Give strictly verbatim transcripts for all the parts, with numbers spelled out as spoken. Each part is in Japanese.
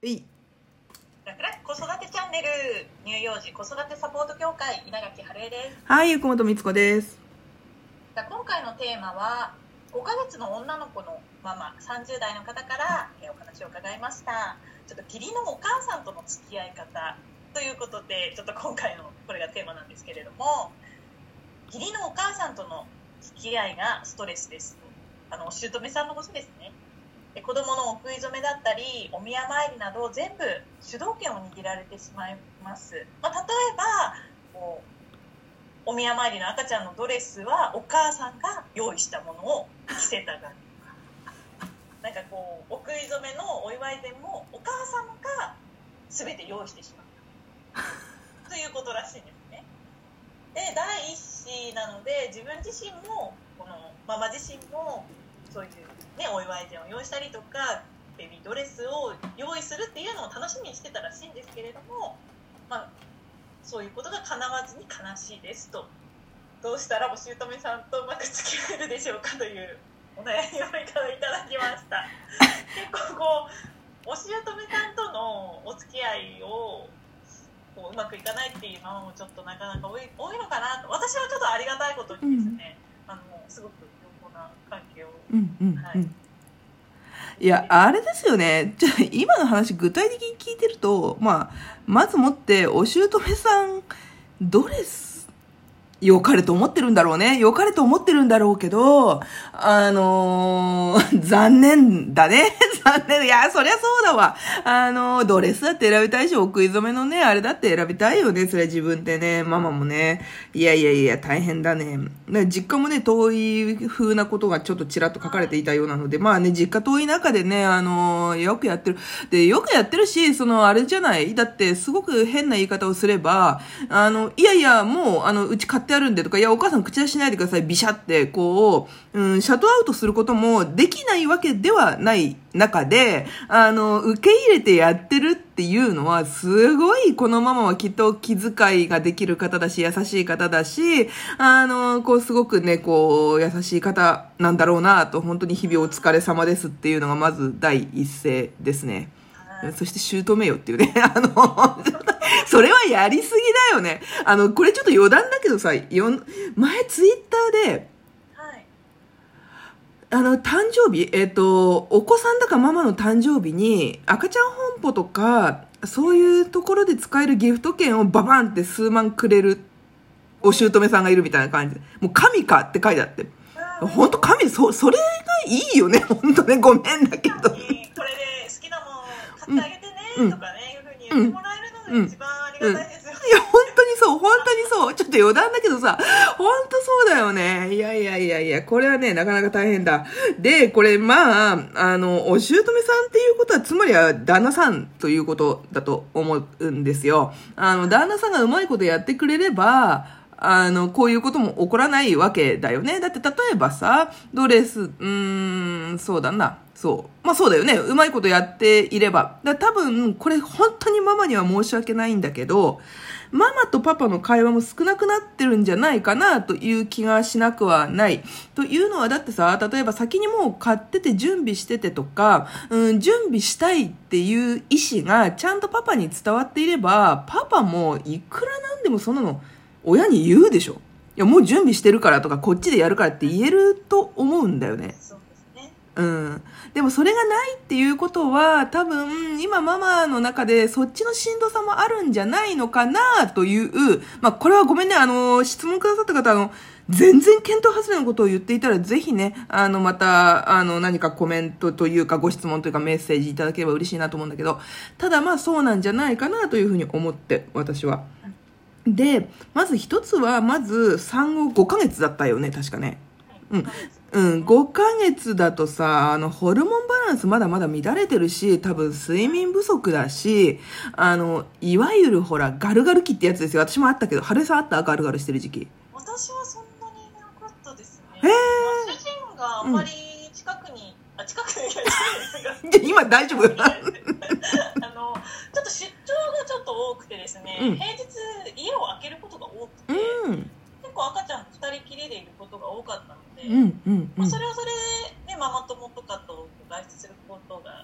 えい。 楽々子育てチャンネル乳幼児子育てサポート協会稲垣春恵です。 はい、ゆくもとみつこです。 今回のテーマはごかげつの女の子のママさんじゅう代の方からお話を伺いました。ちょっと義理のお母さんとの付き合い方ということで、ちょっと今回のこれがテーマなんですけれども、義理のお母さんとの付き合いがストレスです。あのお姑さんのことですね。で子供のお食い初めだったりお宮参りなど全部主導権を握られてしまいます。まあ、例えばこうお宮参りの赤ちゃんのドレスはお母さんが用意したものを着せたがる。なんかこうお食い初めのお祝い膳もお母さんが全て用意してしまったということらしいんですね。で第一子なので自分自身もこのママ自身もそういう、ね、お祝い膳を用意したりとかベビードレスを用意するっていうのを楽しみにしてたらしいんですけれども、まあ、そういうことが叶わずに悲しいですと、どうしたらお姑さんとうまく付き合えるでしょうかというお悩みをいただきました。結構こうお姑さんとのお付き合いをこううまくいかないっていうママもちょっとなかなか多い、多いのかなと。私はちょっとありがたいことにですね、うん、あのすごく良好な関係を、 うんうんうん、 はい、 いやあれですよね。じゃあ今の話具体的に聞いてると、まあ、まずもってお姑さんドレス良かれと思ってるんだろうね。良かれと思ってるんだろうけど、あのー、残念だね。残念。いや、そりゃそうだわ。あのー、ドレスだって選びたいし、お食い初めのね、あれだって選びたいよね。それ自分でね、ママもね。いやいやいや、大変だね。実家もね、遠い風なことがちょっとちらっと書かれていたようなので、まあね、実家遠い中でね、あのー、よくやってる。で、よくやってるし、その、あれじゃないだって、すごく変な言い方をすれば、あの、いやいや、もう、あの、うち買ってあるんでとか、いや、お母さん口出しないでください、ビシャって、こう、うん、シャットアウトすることもできないわけではない中で、あの、受け入れてやってるっていうのは、すごい、このママはきっと気遣いができる方だし、優しい方だし、あの、こう、すごくね、こう、優しい方なんだろうなと、本当に日々お疲れ様ですっていうのが、まず第一声ですね。そして姑よっていうね、あの、それはやりすぎだよね。あの、これちょっと余談だけどさ、よ前ツイッターで、 はい、 あの、誕生日、えっと、お子さんだかママの誕生日に、赤ちゃん本舗とか、そういうところで使えるギフト券をババンって数万くれるお姑さんがいるみたいな感じで、もう神かって書いてあって。本当神、そ、それがいいよね、本当ね、ごめんだけど。 これで好きなもの買ってあげてね、うん、とかね、いうふうに言ってもらえるのが一番ありがたいですよね。 いや、本当にそう、本当にそう。ちょっと余談だけどさ、本当そうだよね。いやいやいやいや、これはね、なかなか大変だ。で、これ、まあ、あの、お姑さんっていうことは、つまりは旦那さんということだと思うんですよ。あの、旦那さんがうまいことやってくれれば、あの、こういうことも起こらないわけだよね。だって、例えばさ、ドレス、うーん、そうだな。そう。まあそうだよね。うまいことやっていれば。だ多分、これ本当にママには申し訳ないんだけど、ママとパパの会話も少なくなってるんじゃないかなという気がしなくはない。というのは、だってさ、例えば先にもう買ってて準備しててとか、うん、準備したいっていう意思がちゃんとパパに伝わっていれば、パパもいくらなんでもそんなの親に言うでしょ。いや、もう準備してるからとか、こっちでやるからって言えると思うんだよね。 そうですね。 うん。でもそれがないっていうことは、多分、今ママの中でそっちのしんどさもあるんじゃないのかなという、まあ、これはごめんね、あの、質問くださった方、あの、全然見当外れのことを言っていたら、ぜひね、あの、また、あの、何かコメントというか、ご質問というか、メッセージいただければ嬉しいなと思うんだけど、ただまあ、そうなんじゃないかなというふうに思って、私は。で、まず一つは、まず産後ごかげつだったよね、確かね。うん。うん、ごかげつだとさ、あの、ホルモンバランスまだまだ乱れてるし、多分睡眠不足だし、あの、いわゆるほら、ガルガル期ってやつですよ。私もあったけど、春江さんあったガルガルしてる時期。 私はそんなになかったですね。 へー。 まあ、主人があんまり近くに、うん、あ、近くにいないですが。 今大丈夫あの、ちょっと出張がちょっと多くてですね、うん、平日家を空けることが多くて、うん、結構赤ちゃんふたりきりでいることが多かったので、 うんうんうん、 まあ、それはそれで、ね、ママ友とかと外出することが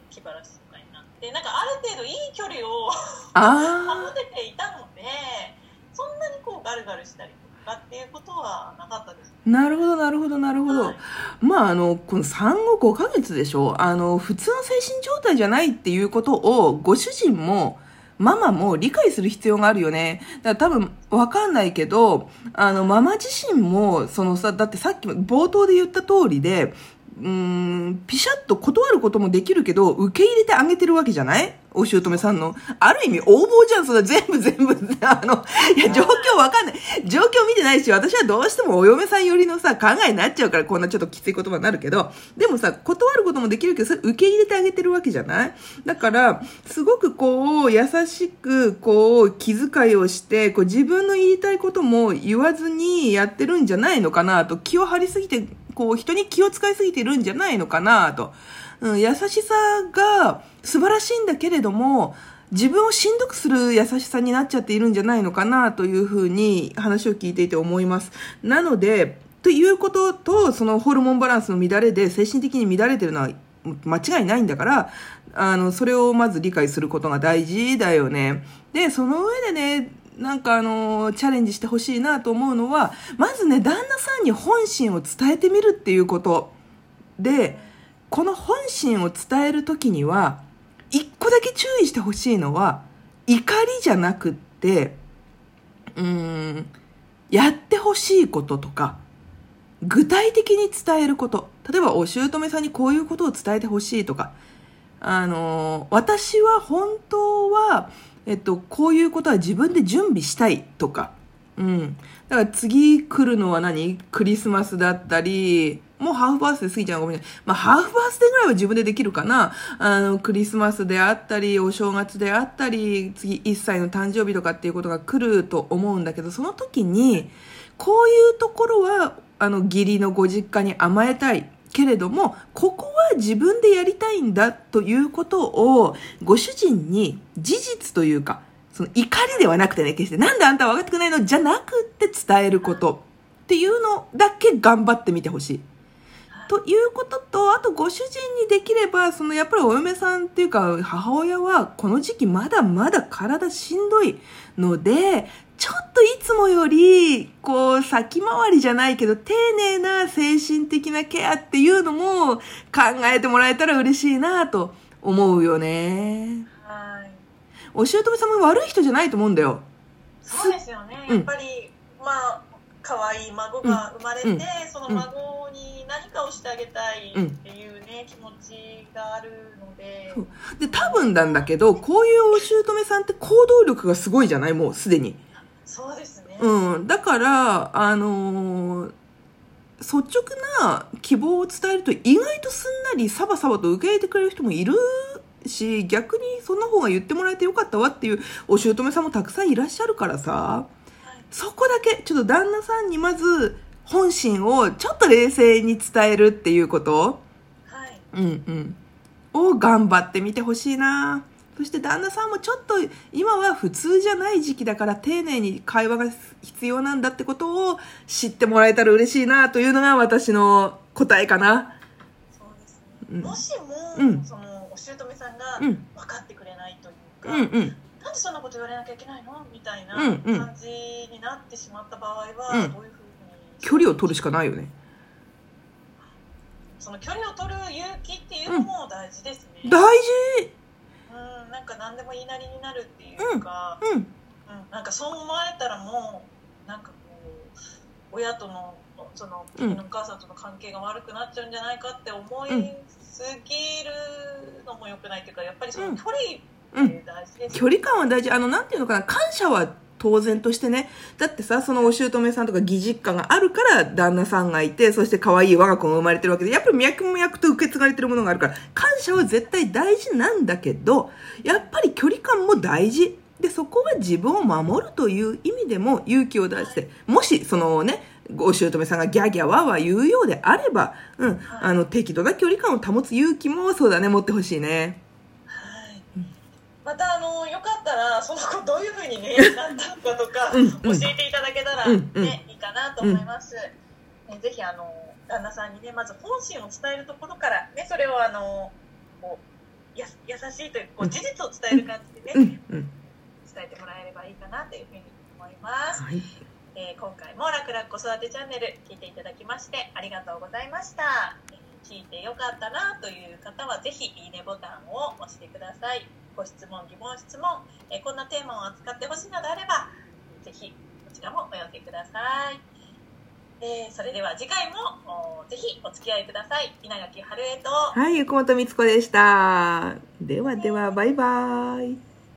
気晴らしとかになって、なんかある程度いい距離をあ保てていたので、そんなにこうガルガルしたりとかっていうことはなかったです。 なるほどなるほどなるほど、はい、まああのこの産後ごかげつでしょ、あの普通の精神状態じゃないっていうことをご主人もママも理解する必要があるよね。だから多分わかんないけど、あのママ自身もそのさ、だってさっきも冒頭で言った通りで、うーんピシャッと断ることもできるけど受け入れてあげてるわけじゃない、お姑さんのある意味横暴じゃん。それ全部全部あのいや状況わかんない、状況見てないし、私はどうしてもお嫁さん寄りのさ考えになっちゃうからこんなちょっときつい言葉になるけど、でもさ断ることもできるけどそれ受け入れてあげてるわけじゃない。だからすごくこう優しくこう気遣いをしてこう自分の言いたいことも言わずにやってるんじゃないのかなと、気を張りすぎてこう人に気を使いすぎてるんじゃないのかなと、うん、優しさが素晴らしいんだけれども自分をしんどくする優しさになっちゃっているんじゃないのかなというふうに話を聞いていて思います。なのでということと、そのホルモンバランスの乱れで精神的に乱れてるのは間違いないんだから、あのそれをまず理解することが大事だよね。でその上でね、なんかあのチャレンジしてほしいなと思うのは、まずね旦那さんに本心を伝えてみるっていうことで、この本心を伝えるときには一個だけ注意してほしいのは、怒りじゃなくってうーんやってほしいこととか具体的に伝えること、例えばお姑さんにこういうことを伝えてほしいとか、あの私は本当はえっと、こういうことは自分で準備したいとか、うん。だから次来るのは何？クリスマスだったり、もうハーフバースデー過ぎちゃうかもしれない。まあ、ハーフバースデーぐらいは自分でできるかな。あの、クリスマスであったり、お正月であったり、次いっさいの誕生日とかっていうことが来ると思うんだけど、その時に、こういうところは、あの、義理のご実家に甘えたい。けれどもここは自分でやりたいんだということをご主人に事実というか、その怒りではなくてね、決してなんであんたは分かってくれないのじゃなくって伝えることっていうのだけ頑張ってみてほしいということと、あとご主人にできればそのやっぱりお嫁さんっていうか母親はこの時期まだまだ体しんどいので、ちょっといつもよりこう先回りじゃないけど丁寧な精神的なケアっていうのも考えてもらえたら嬉しいなと思うよね。 はい。 お姑さんも悪い人じゃないと思うんだよ。 そうですよね。やっぱり、うん、まあ可愛い孫が生まれて、うん、その孫に何かをしてあげたいっていうね、うん、気持ちがあるので。 で多分なんだけど、こういうお姑さんって行動力がすごいじゃない、もうすでに。 そうですね。 うん、だからあのー、率直な希望を伝えると意外とすんなりサバサバと受け入れてくれる人もいるし、逆にそんな方が言ってもらえてよかったわっていうお姑さんもたくさんいらっしゃるからさ、はい、そこだけちょっと旦那さんにまず本心をちょっと冷静に伝えるっていうこと、 はい、 うんうん、を頑張ってみてほしいな。そして旦那さんもちょっと今は普通じゃない時期だから丁寧に会話が必要なんだってことを知ってもらえたら嬉しいなというのが私の答えかな。 そうですね。うん、もしも、うん、そのお姑さんが分かってくれないというか、うんうん、なんでそんなこと言われなきゃいけないのみたいな感じになってしまった場合は、うんうん、どういうふうに距離を取るしかないよね。 その距離を取る勇気っていうのも大事ですね。 うん、大事。 うん、なんか何でも言いなりになるっていうか、うんうん、なんかそう思われたらもうなんかこう親とのその君のお母さんとの関係が悪くなっちゃうんじゃないかって思いすぎるのも良くないっていうか、やっぱりその距離って大事です、ね、うん、 距離感は大事。あのなんていうのかな、感謝は当然としてね。だってさ、そのお姑さんとか義実家があるから旦那さんがいて、そして可愛い我が子が生まれてるわけで、やっぱり脈々と受け継がれてるものがあるから、感謝は絶対大事なんだけど、やっぱり距離感も大事で、そこは自分を守るという意味でも勇気を出して、もしそのねお姑さんがギャーギャーワーワー言うようであれば、うん、あの適度な距離感を保つ勇気もそうだね、持ってほしいね。 またあのよかったらその子どういうふうにねなったのかとかうん教えていただけたら、ねうんうん、いいかなと思います、うんね、ぜひあの旦那さんにねまず本心を伝えるところから、ね、それをあのこうや優しいという、こう事実を伝える感じでね、 うんうん、 伝えてもらえればいいかなというふうに思います、 はい、 えー、今回も楽々子育てチャンネル聞いていただきましてありがとうございました、えー、聞いてよかったなという方はぜひいいねボタンを押してください。ご質問疑問質問、えー、こんなテーマを扱ってほしいのであればぜひこちらもお寄せください。えー、それでは次回もぜひお付き合いください。稲垣春江と、 はい、ゆくもとみつこでした。ではでは、バイバイ。